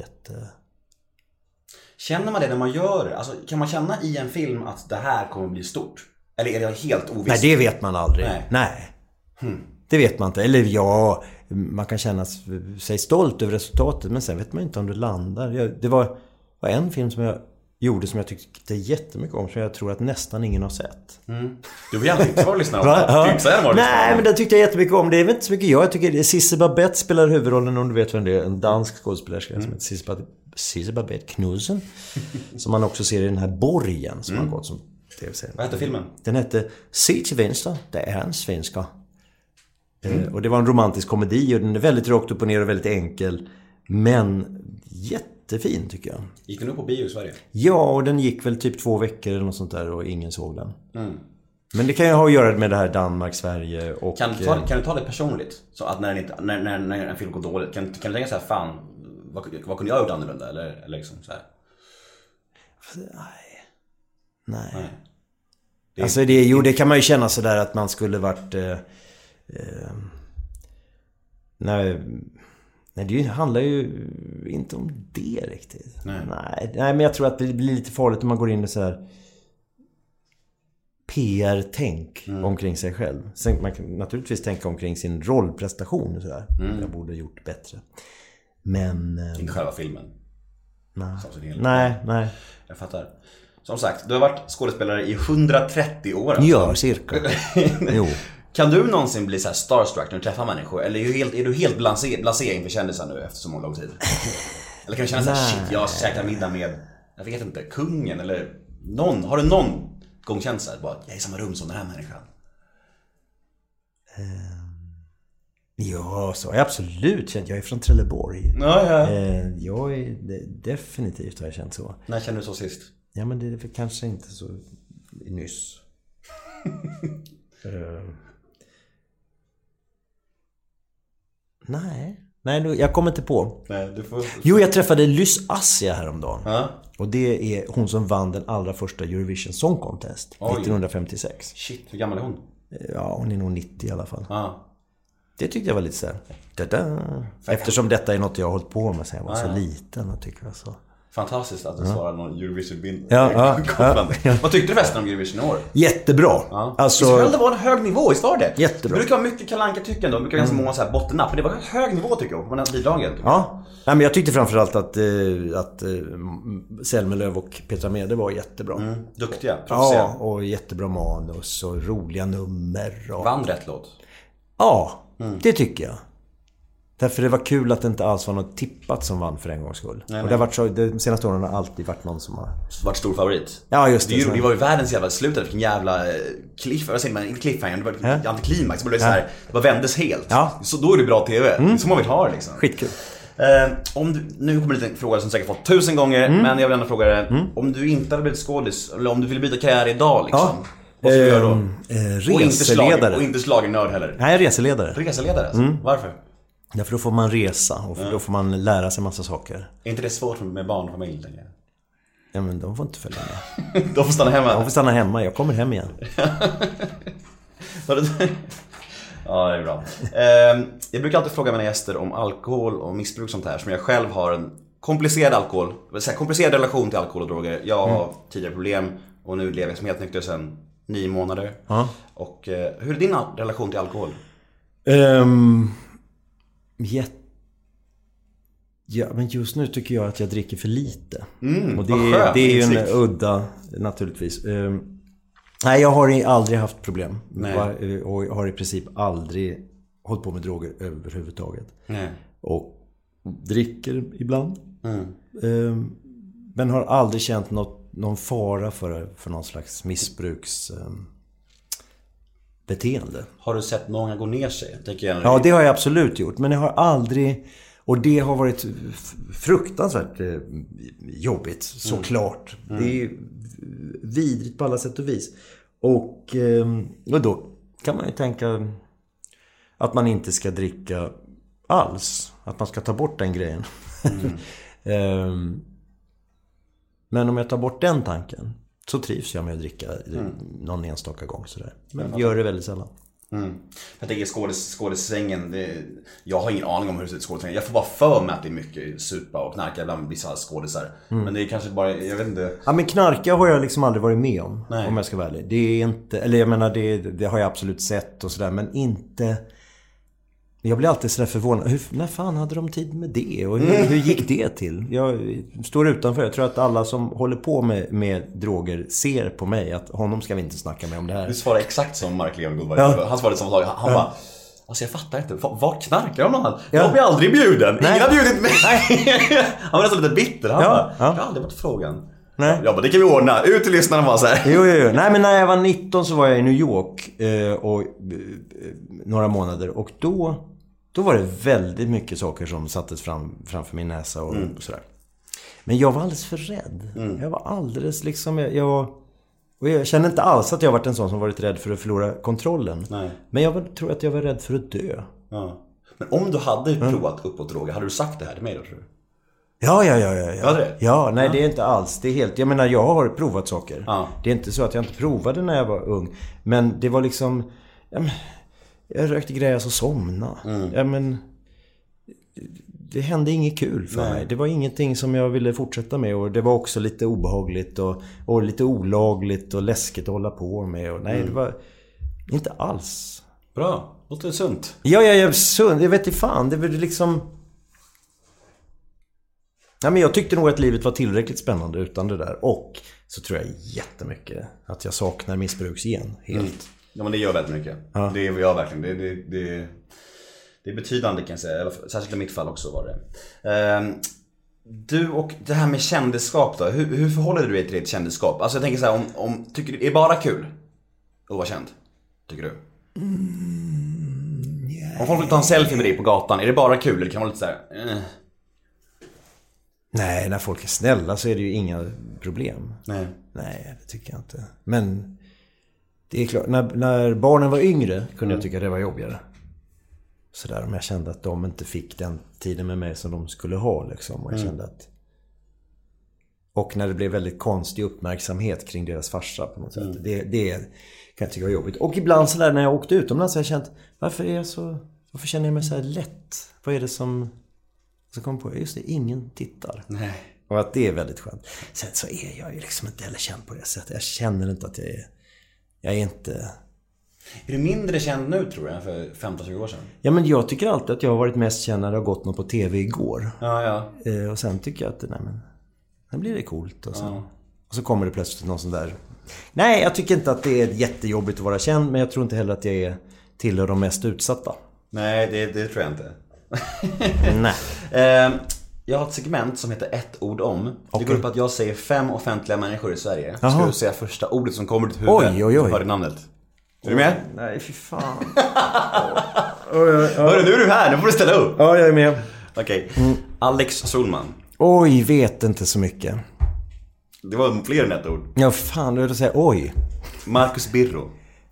Känner man det när man gör det? Alltså, kan man känna i en film att det här kommer bli stort? Eller är det helt ovisst? Nej, det vet man aldrig. Nej. Det vet man inte. Eller ja, man kan känna sig stolt över resultatet, men sen vet man inte om det landar. Det var en film som jag gjorde som jag tyckte jättemycket om, som jag tror att nästan ingen har sett. Du vill gärna tipsa våra lyssnare om. Nej, men det tyckte jag jättemycket om. Det är väl inte så mycket jag tycker. Sisse Babette spelar huvudrollen, om du vet vem det är. En dansk skådespelerska som heter Sisse Babette Knudsen. Som man också ser i den här Borgen som har gått som tv-serie. Vad heter filmen? Den hette Se till vänster, det är en svenska. Och det var en romantisk komedi och den är väldigt rakt upp och ner och väldigt enkel. Men jättefin tycker jag. Gick den upp på bio i Sverige? Ja, och den gick väl typ 2 veckor eller något sånt där och ingen såg den. Men det kan ju ha att göra med det här Danmark, Sverige och... Kan du ta det personligt? Så att när en film går dåligt, kan du tänka så här, fan, vad kunde jag ha gjort annorlunda? Eller liksom så här? Nej. Alltså det kan man ju känna så där att man skulle varit... Nej, det handlar ju inte om det riktigt. Nej, men jag tror att det blir lite farligt om man går in i så här PR-tänk omkring sig själv. Sen man kan naturligtvis tänka omkring sin rollprestation och sådär. Jag borde ha gjort bättre. Men... Inte själva filmen. Nej. Jag fattar. Som sagt, du har varit skådespelare i 130 år. Alltså. Ja, cirka. Jo. Kan du någonsin bli så här starstruck när du träffar människor? Eller är du helt blasé inför kändisar nu efter så många lång tid? Eller kan du känna så här, shit, jag käkar middag med, jag vet inte, kungen eller någon? Har du någon gång känt så här, bara, jag är i samma rum som den här människan? Ja, så har jag absolut känt. Jag är från Trelleborg. Ja. Jag är definitivt har jag känt så. När kände du så sist? Ja, men det är kanske inte så nyss. Nej, jag kommer inte på. Nej, Jo, jag träffade Lys Assia häromdagen. Och det är hon som vann den allra första Eurovision Song Contest 1956. Shit, hur gammal är hon? Ja, hon är nog 90 i alla fall. Det tyckte jag var lite så här. Eftersom detta är något jag har hållit på med sen jag var så liten och tycker jag så. Fantastiskt att du svarade någon Eurovision-bild. Ja. Vad tyckte du förresten om Eurovision i år? Jättebra. Alltså, det skulle aldrig vara en hög nivå, visst var det? Jättebra. Det brukar vara mycket Kalle Anka-tycken då. Det brukar vara ganska många så här bottennapp. Men det var en hög nivå tycker jag på den här bidragen. Ja. Nej, men jag tyckte framförallt att Selmelöv och Petra Mede var jättebra. Duktiga, ja, och jättebra manus och roliga nummer. Och... Vann rätt låt? Ja, det tycker jag. Därför det var kul att det inte alls var något tippat som vann för en gångs skull. Nej. Och det har varit så, de senaste åren har alltid varit någon som har varit stor favorit. Ja, just det. Det var ju världens jävla slutet. Vilken jävla inte cliffhanger, det var antiklimax. Det bara vändes helt. Ja. Så då är det bra tv. Så man vill ha det liksom. Skitkul. Nu kommer det en fråga som säkert fått 1000 gånger. Men jag vill ändå fråga dig. Om du inte hade blivit skådis, eller om du vill byta karriär idag liksom. Vad ska du göra då? Reseledare. Och inte slagernörd heller. Nej, reseledare. Reseledare alltså. Varför? Därför då får man resa och då får man lära sig massa saker. Är inte det svårt med barn och familj längre? Ja, men de får inte följa med. De får stanna hemma. De får stanna hemma, jag kommer hem igen. Ja, det är bra. Jag brukar alltid fråga mina gäster om alkohol och missbruk sånt här. Som jag själv har en komplicerad relation till alkohol och droger. Jag har tidigare problem och nu lever jag som helt nykter sedan 9 månader. Och hur är din relation till alkohol? Ja, men just nu tycker jag att jag dricker för lite. Och vad det är ju en skönt. udda, naturligtvis. Nej, jag har aldrig haft problem. Nej. Och har i princip aldrig hållit på med droger överhuvudtaget. Nej. Och dricker ibland. Men har aldrig känt någon fara för någon slags missbruksbeteende. Har du sett många gå ner sig? Ja, det har jag absolut gjort. Men jag har aldrig... Och det har varit fruktansvärt jobbigt, såklart. Det är vidrigt på alla sätt och vis. Och då kan man ju tänka att man inte ska dricka alls. Att man ska ta bort den grejen. Men om jag tar bort den tanken så trivs jag med att dricka någon enstaka gång sådär. Men gör det väldigt sällan. Jag tänker skådesvängen, jag har ingen aning om hur det ser ut i skådesvängen. Jag får bara för mig att det är mycket supa och knarka ibland blir så här skådisar. Men det är kanske bara, jag vet inte. Ja, men knarka har jag liksom aldrig varit med om. Nej. Om jag ska vara ärlig. Det är inte, eller jag menar det har jag absolut sett och sådär, men inte. Jag blir alltid sådär förvånad. När fan hade de tid med det? Och hur gick det till? Jag står utanför. Jag tror att alla som håller på med droger ser på mig att honom ska vi inte snacka med om det här. Du svarar exakt som Mark Levengood. Han svarade samma sak. Han bara, alltså jag fattar inte. Vad knarkar de någon? Jag blir aldrig bjuden. Ingen har bjudit mig. Han var nästan lite bitter. Han bara, jag har aldrig varit frågan. Nej. Jag bara, det kan vi ordna. Ut till lyssnarna bara så här. Jo. Nej, men när jag var 19 så var jag i New York och några månader. Och då var det väldigt mycket saker som sattes framför min näsa och sådär. Men jag var alldeles för rädd. Jag var alldeles liksom... Och jag känner inte alls att jag varit en sån som varit rädd för att förlora kontrollen. Nej. Men jag tror att jag var rädd för att dö. Ja. Men om du hade provat uppåt droger, hade du sagt det här till mig då, tror du? Ja. det? Ja, nej, det är inte alls. Det är helt... Jag menar, jag har provat saker. Ja. Det är inte så att jag inte provade när jag var ung. Men det var liksom... Jag rökte gräs och somna. Ja, men det hände inget kul för mig. Det var ingenting som jag ville fortsätta med. Och det var också lite obehagligt och lite olagligt och läskigt att hålla på med. Och nej, det var inte alls. Bra, låter sunt. Ja, jag är sund. Jag vet inte fan. Det var liksom... Ja, men jag tyckte nog att livet var tillräckligt spännande utan det där. Och så tror jag jättemycket att jag saknar missbruksgen helt. Ja, men det gör väldigt mycket. Ja. Det gör verkligen. Det är betydande, kan jag säga. Särskilt i mitt fall också var det. Du och det här med kändisskap då. Hur förhåller du dig till ditt kändisskap? Alltså jag tänker så här, tycker du, är det bara kul att vara känd? Tycker du? Om folk vill ta en selfie med dig på gatan, är det bara kul eller kan man lite så här... Nej, när folk är snälla så är det ju inga problem. Nej, det tycker jag inte. Men det är klart, när barnen var yngre kunde jag tycka det var jobbigare. Sådär, om jag kände att de inte fick den tiden med mig som de skulle ha liksom. Och jag kände att... Och när det blev väldigt konstig uppmärksamhet kring deras farsa på något sätt. Det kan jag tycka var jobbigt. Och ibland sådär när jag åkte utomlands så har jag känt, varför känner jag mig så här lätt? Vad är det som kom på? Just det, ingen tittar. Nej. Och att det är väldigt skönt. Sen så är jag ju liksom inte heller känd på det sättet. Jag känner inte att jag är inte... Är du mindre känd nu, tror jag, för 15-20 år sedan? Ja, men jag tycker alltid att jag har varit mest känd när det har gått något på tv igår. Ja. Och sen tycker jag att sen blir det coolt. Och så kommer det plötsligt någon sån där... Nej, jag tycker inte att det är jättejobbigt att vara känd. Men jag tror inte heller att jag tillhör de mest utsatta. Nej, det tror jag inte. Nej. Jag har ett segment som heter ett ord om. Det går ut på att jag säger 5 offentliga människor i Sverige. Jaha. Ska du säga första ordet som kommer till huvudet? Oj. Hör du namnet? Är du med? Nej, fy fan. Hörru, nu är du här, nu får du ställa upp. Ja, jag är med. Okej. Alex Solman. Oj, vet inte så mycket. Det var fler än ett ord. Ja, fan, du vill säga oj. Marcus Birro.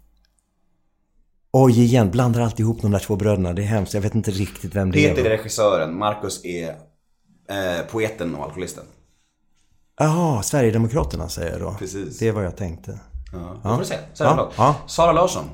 Oj igen, blandar alltid ihop de där två bröderna. Det är hemskt, jag vet inte riktigt vem det är. Peter är regissören, Marcus är poeten och alkoholisten. Jaha, Sverigedemokraterna säger jag då. Precis. Det är vad jag tänkte. Ja, det får du se. Sara Larsson.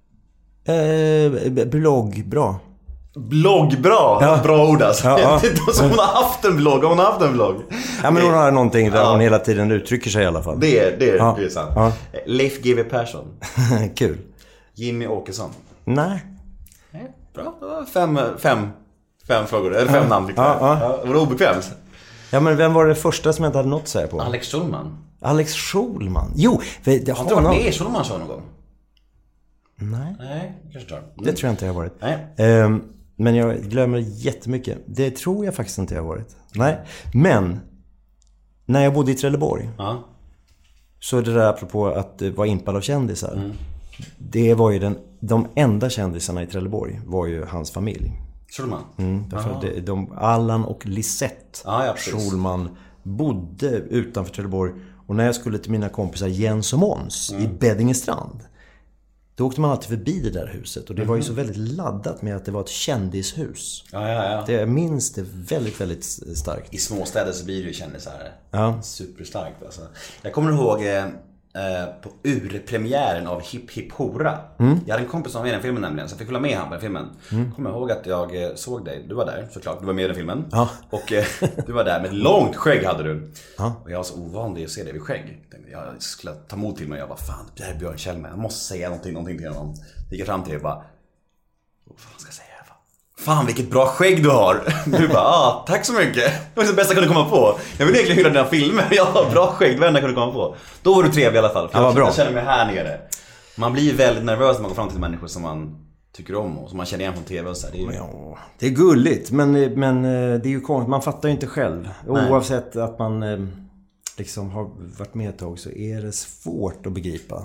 Blogg, bra. Blogg, bra. Ja. Bra ord alltså. Ja. Så hon har haft en blogg. Ja, men hon har någonting där hon hela tiden uttrycker sig i alla fall. Det är sant. Ja. Leif GW Persson. Kul. Jimmy Åkesson. Nej. Bra, det var 5 frågor, eller 5 namn fick du. Var det obekvämt? Ja, men vem var det första som jag inte hade något att säga på? Alex Schulman. Alex Schulman. Jo, det har du varit med i Schulman show någon gång? Nej, kanske inte. Det tror jag inte jag har varit. Nej. Men jag glömmer jättemycket. Det tror jag faktiskt inte jag har varit. Nej, men när jag bodde i Trelleborg så är det där apropå att vara impad av kändisar. Det var ju de enda kändisarna i Trelleborg var ju hans familj. Schulman? Därför Allan och Lisette Schulman bodde utanför Trelleborg. Och när jag skulle till mina kompisar Jens och Måns i Beddingestrand, då åkte man alltid förbi det där huset. Och det var ju så väldigt laddat med att det var ett kändishus. Ja. Jag minns det väldigt, väldigt starkt. I småstäder så blir det ju kändisar. Ja. Superstarkt alltså. Jag kommer ihåg på urpremiären av Hipp Hipp Hora. Jag hade en kompis som var med i den filmen nämligen, så jag fick hålla med han på den filmen. Kommer ihåg att jag såg dig. Du var där såklart, du var med i den filmen. Och du var där med långt skägg hade du. Och jag var så ovan att se dig vid skägg. Jag skulle ta emot till mig och jag bara, fan, det här är Björn Kjellman, jag måste säga någonting till honom. Jag gick fram till dig och bara, vad fan ska jag säga? Fan, vilket bra skägg du har. Du bara, tack så mycket. Det var det bästa jag kunde komma på. Jag vill egentligen hylla dina filmer. Jag har bra skägg, det var det enda jag kunde komma på. Då var du trevlig i alla fall. För jag känner mig här nere. Man blir väldigt nervös när man går fram till människor som man tycker om och som man känner igen från tv och så här. Det är gulligt, men det är ju konstigt. Man fattar ju inte själv. Nej. Oavsett att man liksom har varit med ett tag så är det svårt att begripa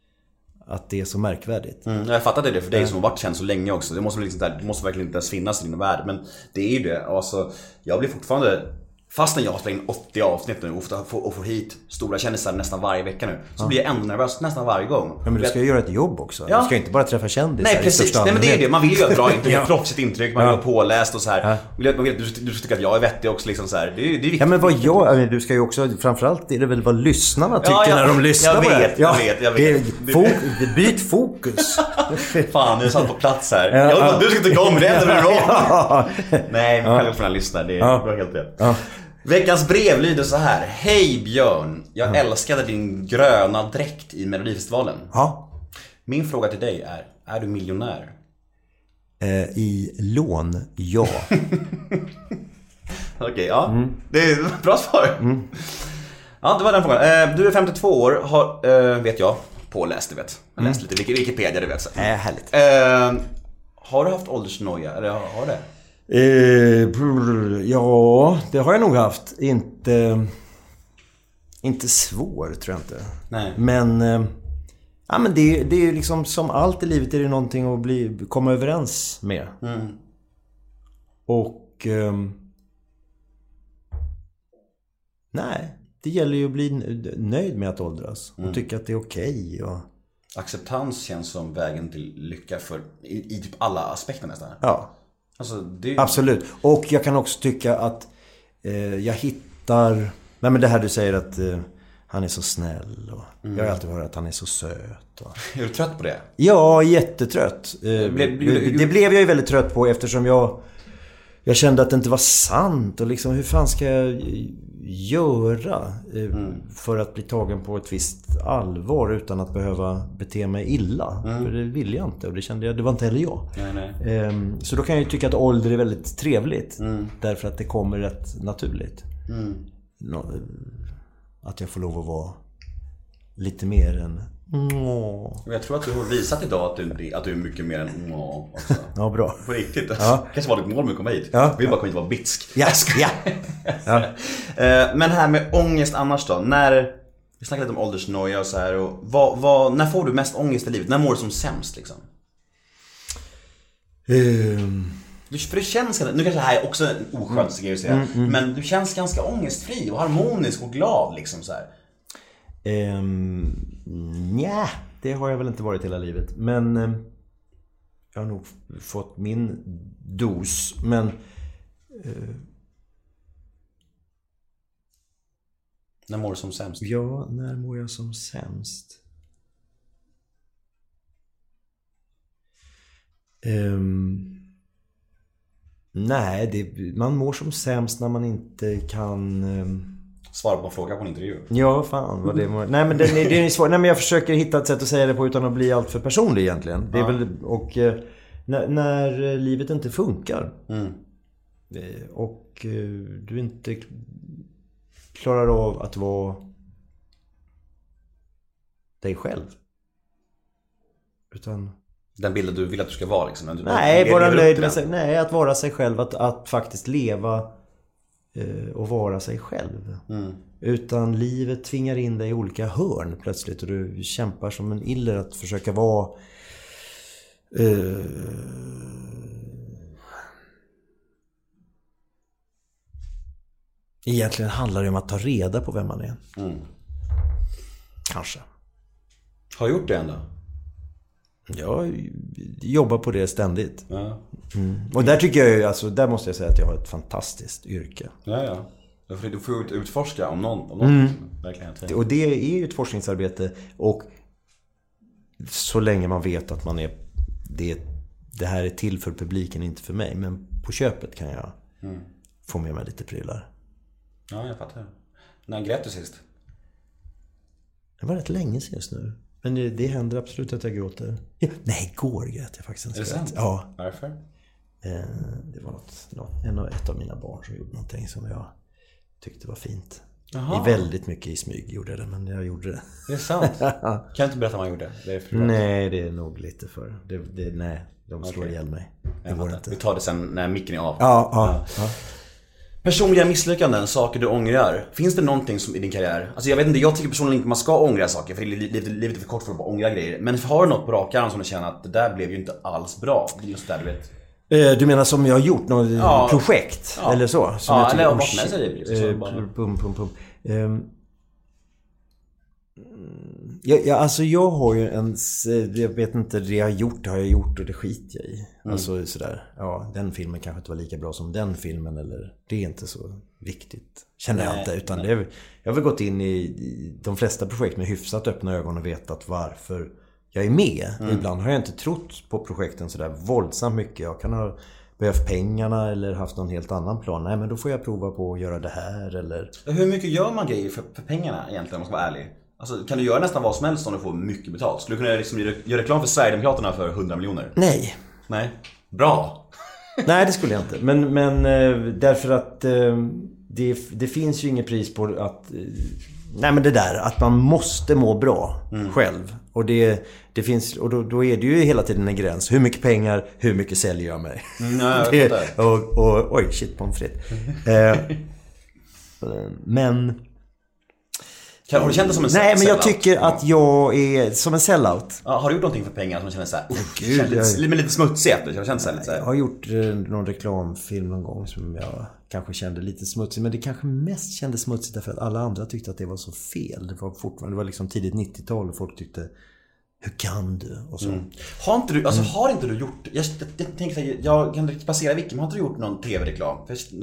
att det är så märkvärdigt. Jag fattade det för dig som har varit känd så länge också. Det måste verkligen inte ens finnas i din värld. Men det är ju det. Alltså, jag blir fortfarande, fastän jag har spelat in 80 avsnitt nu och får hit stora kändisar nästan varje vecka nu, så blir jag ändå nervös nästan varje gång. Ja, men du ska ju göra ett jobb också. Du ska inte bara träffa kändisar. Nej, precis. Nej, men det är det. Man vill ju ha bra intryck, proffsigt intryck. Man vill ha påläst och så här. Du tycker att jag är vettig också liksom så här. Det är viktigt. Ja, men du ska ju också, framförallt är det väl vad lyssnarna tycker när de lyssnar på det. Jag vet. Byt fokus. Fan, nu är jag satt på plats här. Jag vet att du ska tycka om det ändå bra. Nej, men själv får jag lyssna. Det är helt rätt. Veckans brev lyder så här. Hej Björn, jag älskade din gröna dräkt i Melodifestivalen. Min fråga till dig är du miljonär? I lån, ja. Okej, det är bra svar. Ja, det var den frågan. Du är 52 år, vet jag, påläst, du vet. Jag läste lite Wikipedia, du vet. Så. Härligt. Har du haft åldersnoja, eller har det? Ja, det har jag nog haft. Inte svår, tror jag inte. Nej. Men det är liksom som allt i livet är det någonting att komma överens med. Och nej, det gäller ju att bli nöjd med att åldras och tycka att det är okej. Acceptans känns som vägen till lycka i typ alla aspekter nästan. Ja. Alltså, absolut. Och jag kan också tycka att jag hittar... Nej, men det här du säger att han är så snäll. Och jag har alltid hört att han är så söt. Är du trött på det? Ja, jättetrött. Det blev jag ju väldigt trött på eftersom jag kände att det inte var sant. Och liksom, hur fan ska jag göra för att bli tagen på ett visst allvar utan att behöva bete mig illa? För det ville jag inte och det kände jag, det var inte heller jag. Nej. Så då kan jag ju tycka att ålder är väldigt trevligt därför att det kommer rätt naturligt. Att jag får lov att vara lite mer än Jag tror att du har visat idag att du är mycket mer än också. Ja, bra. På riktigt. Kanske var det ett mål med att komma hit. Jag vill bara komma hit och vara bitsk. Ja. Men här med ångest annars då. Vi snackar lite om åldersnoja och så här. Och när får du mest ångest i livet? När mår du som sämst liksom? För det känns, nu kanske det här är också en oskön grej att säga, men du känns ganska ångestfri och harmonisk och glad liksom så här. Nja, det har jag väl inte varit hela livet. Men jag har nog fått min dos. Men när mår du som sämst? Ja, när mår jag som sämst? Nej, man mår som sämst när man inte kan svara på en fråga på en intervju. Ja, fan vad det var. Nej, men det är svårt. Nej, men jag försöker hitta ett sätt att säga det på utan att bli allt för personlig egentligen. Det är väl, och när livet inte funkar. och du inte klarar av att vara dig själv. Utan den bilden du vill att du ska vara liksom. Nej, bara nöjd med sig. Nej, att vara sig själv. Att faktiskt leva och vara sig själv. Utan livet tvingar in dig i olika hörn plötsligt. Och du kämpar som en iller att försöka vara... Egentligen handlar det om att ta reda på vem man är. Kanske. Har du gjort det ändå? Jag jobbar på det ständigt. Ja. Och där tycker jag ju, alltså, där måste jag säga att jag har ett fantastiskt yrke. Ja. Du får utforska om någon verkligen. Och det är ju ett forskningsarbete, och så länge man vet att man är det här är till för publiken, inte för mig, men på köpet kan jag få med mig lite prylar. Ja, jag fattar. När grät du sist? Det var rätt länge sedan just nu. Men det händer absolut att jag gråter. Ja, nej, igår grät jag faktiskt en skvätt. Är det sant? Ja. Varför? Det var ett av mina barn som gjorde någonting som jag tyckte var fint. Jaha. Väldigt mycket i smyg gjorde det, men jag gjorde det. Det är sant. Kan du inte berätta vad man gjorde? Nej, det är nog lite för... Nej, de slår ihjäl mig. Det går inte. Vi tar det sen när micken är av. Ja. Personliga misslyckanden, saker du ångrar. Finns det någonting som i din karriär? Alltså jag vet inte, jag tycker personligen inte man ska ångra saker, för livet är för kort för att bara ångra grejer. Men har du något på rak arm som du känner att det där blev ju inte alls bra? Just där, du vet. Du menar som jag har gjort något projekt? Ja. Eller så? Som ja, eller vad som helst. Alltså jag har ju jag vet inte, det jag har gjort, det har jag gjort och det skiter jag i. Alltså sådär, den filmen kanske inte var lika bra som den filmen, eller det är inte så viktigt, känner jag inte, utan jag har väl gått in i de flesta projekt med hyfsat öppna ögon och vetat varför jag är med. Ibland har jag inte trott på projekten sådär våldsamt mycket. Jag kan ha behövt pengarna eller haft någon helt annan plan. Nej, men då får jag prova på att göra det här eller... Hur mycket gör man grejer för pengarna egentligen, om man ska vara ärlig? Alltså, kan du göra nästan vad som helst om du får mycket betalt? Skulle du kunna liksom göra reklam för Sverigedemokraterna för 100 miljoner? Nej. Bra. Nej, det skulle jag inte. Men därför att det finns ju inget pris på att... Nej, men det där att man måste må bra själv. Och det finns, och då är det ju hela tiden en gräns. Hur mycket pengar, hur mycket säljer jag mig? Oj, shit, pommes frites. Men... Har du känt det som en sellout? Nej, men jag tycker att jag är som en sellout. Ja, har du gjort någonting för pengar som du känner såhär, lite smutsigt? Jag har gjort någon reklamfilm någon gång som jag kanske kände lite smutsigt. Men det kanske mest kändes smutsigt därför att alla andra tyckte att det var så fel. Det var liksom tidigt 90-tal och folk tyckte, hur kan du? Och så. Har inte du gjort... Jag tänker såhär, jag kan inte passera vilken, men har inte du gjort någon tv-reklam?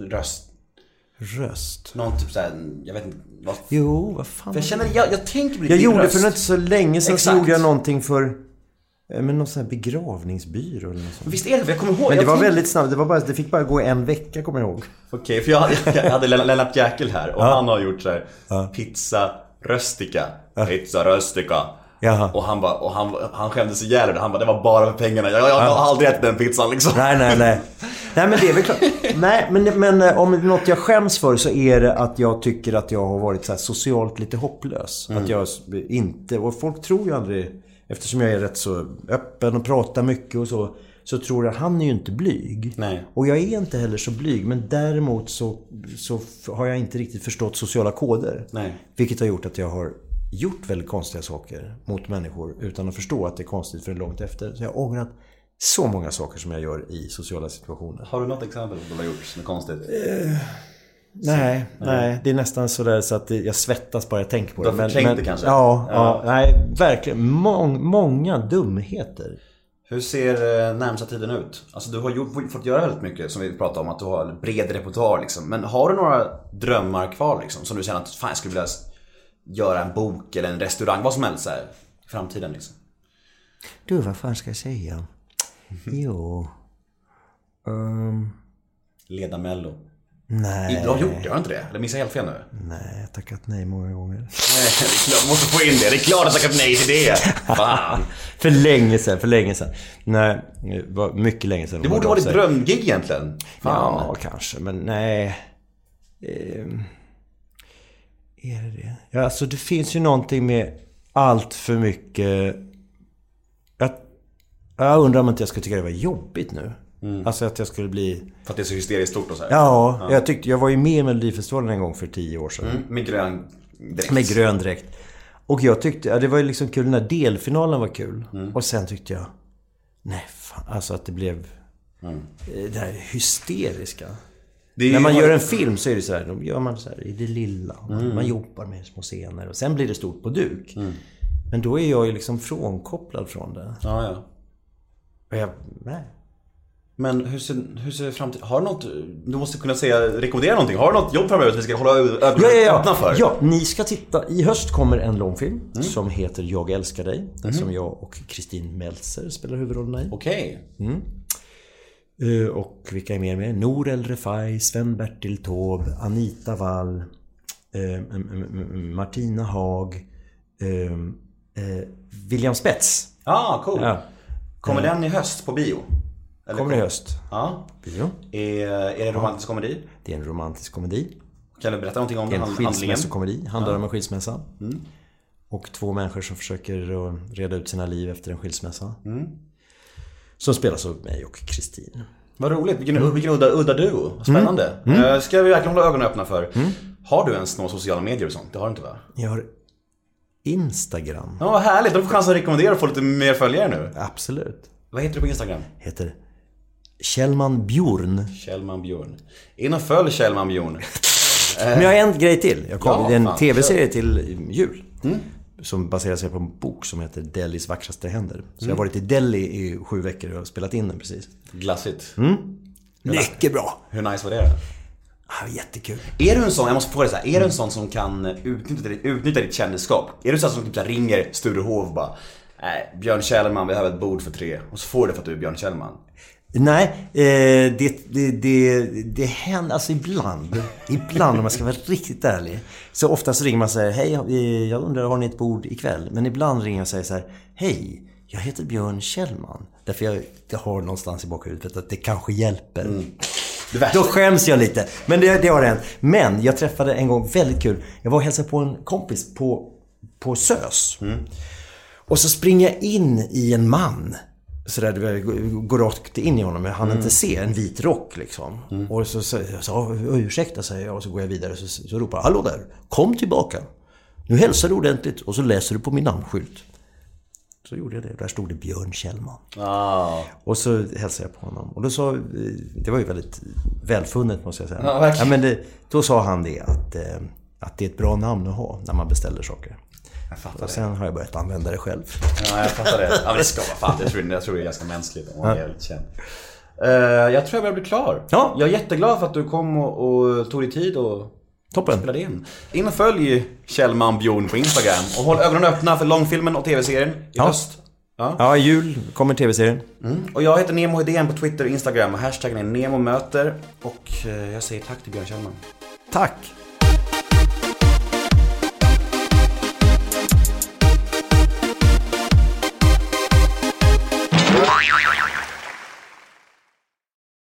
Röst? Någon typ såhär, jag vet inte vad... Jo, vad fan. För jag känner, jag tänker bli... Jag gjorde för inte så länge sedan. Så gjorde jag någonting för... Men någon sån här begravningsbyrå eller något sånt. Visst är det, för jag kommer ihåg. Men det var väldigt snabbt, det fick bara gå en vecka, kommer jag ihåg. Okej, för jag hade Lennart Jäkel här. Och han har gjort så här pizza rustica. Pizza rustica. Jaha. Och han skämdes ihjäl. Han bara, det var bara för pengarna. Jag har aldrig ätit den pizzan liksom. Nej, men det är väl klart. Nej, men om något jag skäms för så är det att jag tycker att jag har varit så här socialt lite hopplös. Att jag inte, och folk tror ju aldrig, eftersom jag är rätt så öppen och pratar mycket och så tror jag att han är ju inte blyg. Nej. Och jag är inte heller så blyg, men däremot så har jag inte riktigt förstått sociala koder. Nej. Vilket har gjort att jag har gjort väldigt konstiga saker mot människor utan att förstå att det är konstigt för långt efter. Så jag har ångrat så många saker som jag gör i sociala situationer. Har du något exempel på vad du har gjort som är konstigt? Nej, det är nästan sådär så att jag svettas bara jag tänker på det. Du har förträngt det kanske? Ja, nej, verkligen. Många dumheter. Hur ser närmsta tiden ut? Alltså du har fått göra väldigt mycket, som vi pratade om, att du har bred repertoar liksom. Men har du några drömmar kvar liksom, som du känner att fan, jag skulle vilja göra en bok eller en restaurang, vad som helst så här, i framtiden liksom? Du, vad fan ska jag säga? Jo. Leda Mello. Nej. Du har gjort det, har du inte det? Eller missar jag helt fel nu? Nej, jag har tackat nej många gånger. Nej, det är klart, måste få in det. Det är klart att jag tackat nej till det. Fan. För länge sedan. Nej, det var mycket länge sedan. Det borde vara ditt drömgig egentligen. Fan. Ja, kanske, men nej. Är det? Ja, alltså det finns ju någonting med allt för mycket. Jag undrar om inte jag skulle tycka det var jobbigt nu. Alltså att jag skulle bli... För att det är så hysteriskt stort och så här. Ja. Jag var ju med i Melodifestivalen en gång för 10 år sedan. Med grön dräkt. Med grön dräkt. Och jag tyckte, det var ju liksom kul, när delfinalen var kul. Och sen tyckte jag, nej fan, alltså att det blev det här hysteriska. När man gör en film så är det så här, då gör man så här i det lilla. Man jobbar med små scener och sen blir det stort på duk. Men då är jag ju liksom frånkopplad från det. Ja. Och nej. Men hur ser framtiden... Har du något... Du måste kunna rekommendera någonting. Har du något jobb framöver som vi ska hålla ögonen öppna för? Ja, ni ska titta. I höst kommer en långfilm som heter Jag älskar dig. Som jag och Kristin Meltzer spelar huvudrollerna i. Okej. Och vilka är mer med? Nour El Refai, Sven-Bertil Taube, Anita Wall, Martina Haag, William Spets. Cool. Ja. Kommer den i höst på bio? Eller kommer i höst. Ja. Bio. Är det en romantisk komedi? Det är en romantisk komedi. Kan du berätta någonting om det? En handlingen? skilsmässokomedi. Handlar om en skilsmässa. Och 2 människor som försöker reda ut sina liv efter en skilsmässa. Som spelas av mig och Kristin. Vad roligt, vilken udda duo. Spännande. Ska vi verkligen hålla ögonen öppna för. Har du ens några sociala medier och sånt? Det har du inte, va? Jag har Instagram. Ja, vad härligt. Då får chansen att rekommendera och få lite mer följare nu. Absolut. Vad heter du på Instagram? Heter Kjellman Bjorn. Kjellman Bjorn. In och följ Kjellman Bjorn. Men jag har en grej till. Det är en tv-serie till jul. Som baserar sig på en bok som heter Delhis vackraste händer. Så jag har varit i Delhi i 7 veckor och spelat in den precis. Glassigt. Mycket bra. Hur nice var det då? Jättekul. Är du en sån, jag måste fråga dig så här, är du en sån som kan utnyttja ditt kändisskap? Är du sån som typ ringer Sturehov och bara, nej, Björn Kjellman, vi behöver ett bord för 3. Och så får du för att du är Björn Kjellman. Nej, det händer alltså ibland om man ska vara riktigt ärlig. Så oftast ringer man och säger, hej, jag undrar, har ni ett bord ikväll? Men ibland ringer jag och säger så här, hej, jag heter Björn Kjellman. Därför jag har någonstans i bakhuvudet att det kanske hjälper. Då skäms jag lite. Men det har hänt. Men jag träffade en gång, väldigt kul. Jag var och hälsade på en kompis på SÖS. Och så springer jag in i en man. Så där går rakt in i honom. Men han inte ser en vit rock liksom. Och så säger jag, ursäkta, säger jag. Och så går jag vidare. Så ropar jag, hallå där, kom tillbaka. Nu hälsar du ordentligt. Och så läser du på min namnskylt. Så gjorde jag det. Där stod det Björn Kjellman. Och så hälsade jag på honom. Och då sa, det var ju väldigt välfunnet måste jag säga. Ja, men då sa han det att det är ett bra namn att ha när man beställer saker. Jag fattar och sen har jag börjat använda det själv. Ja, jag fattar det. Ja, men det ska vara fan. Jag tror det är ganska mänskligt. Och jävligt känd. Jag tror jag börjar bli klar. Ja. Jag är jätteglad för att du kom och tog dig tid och spelade in. In och följ Kjellman Bjorn på Instagram. Och håll ögonen öppna för långfilmen och tv-serien i höst. Ja, i jul kommer tv-serien. Och jag heter Nemo Hedén på Twitter och Instagram. Och hashtaggen är NEMOMÖTER. Och jag säger tack till Björn Kjellman. Tack!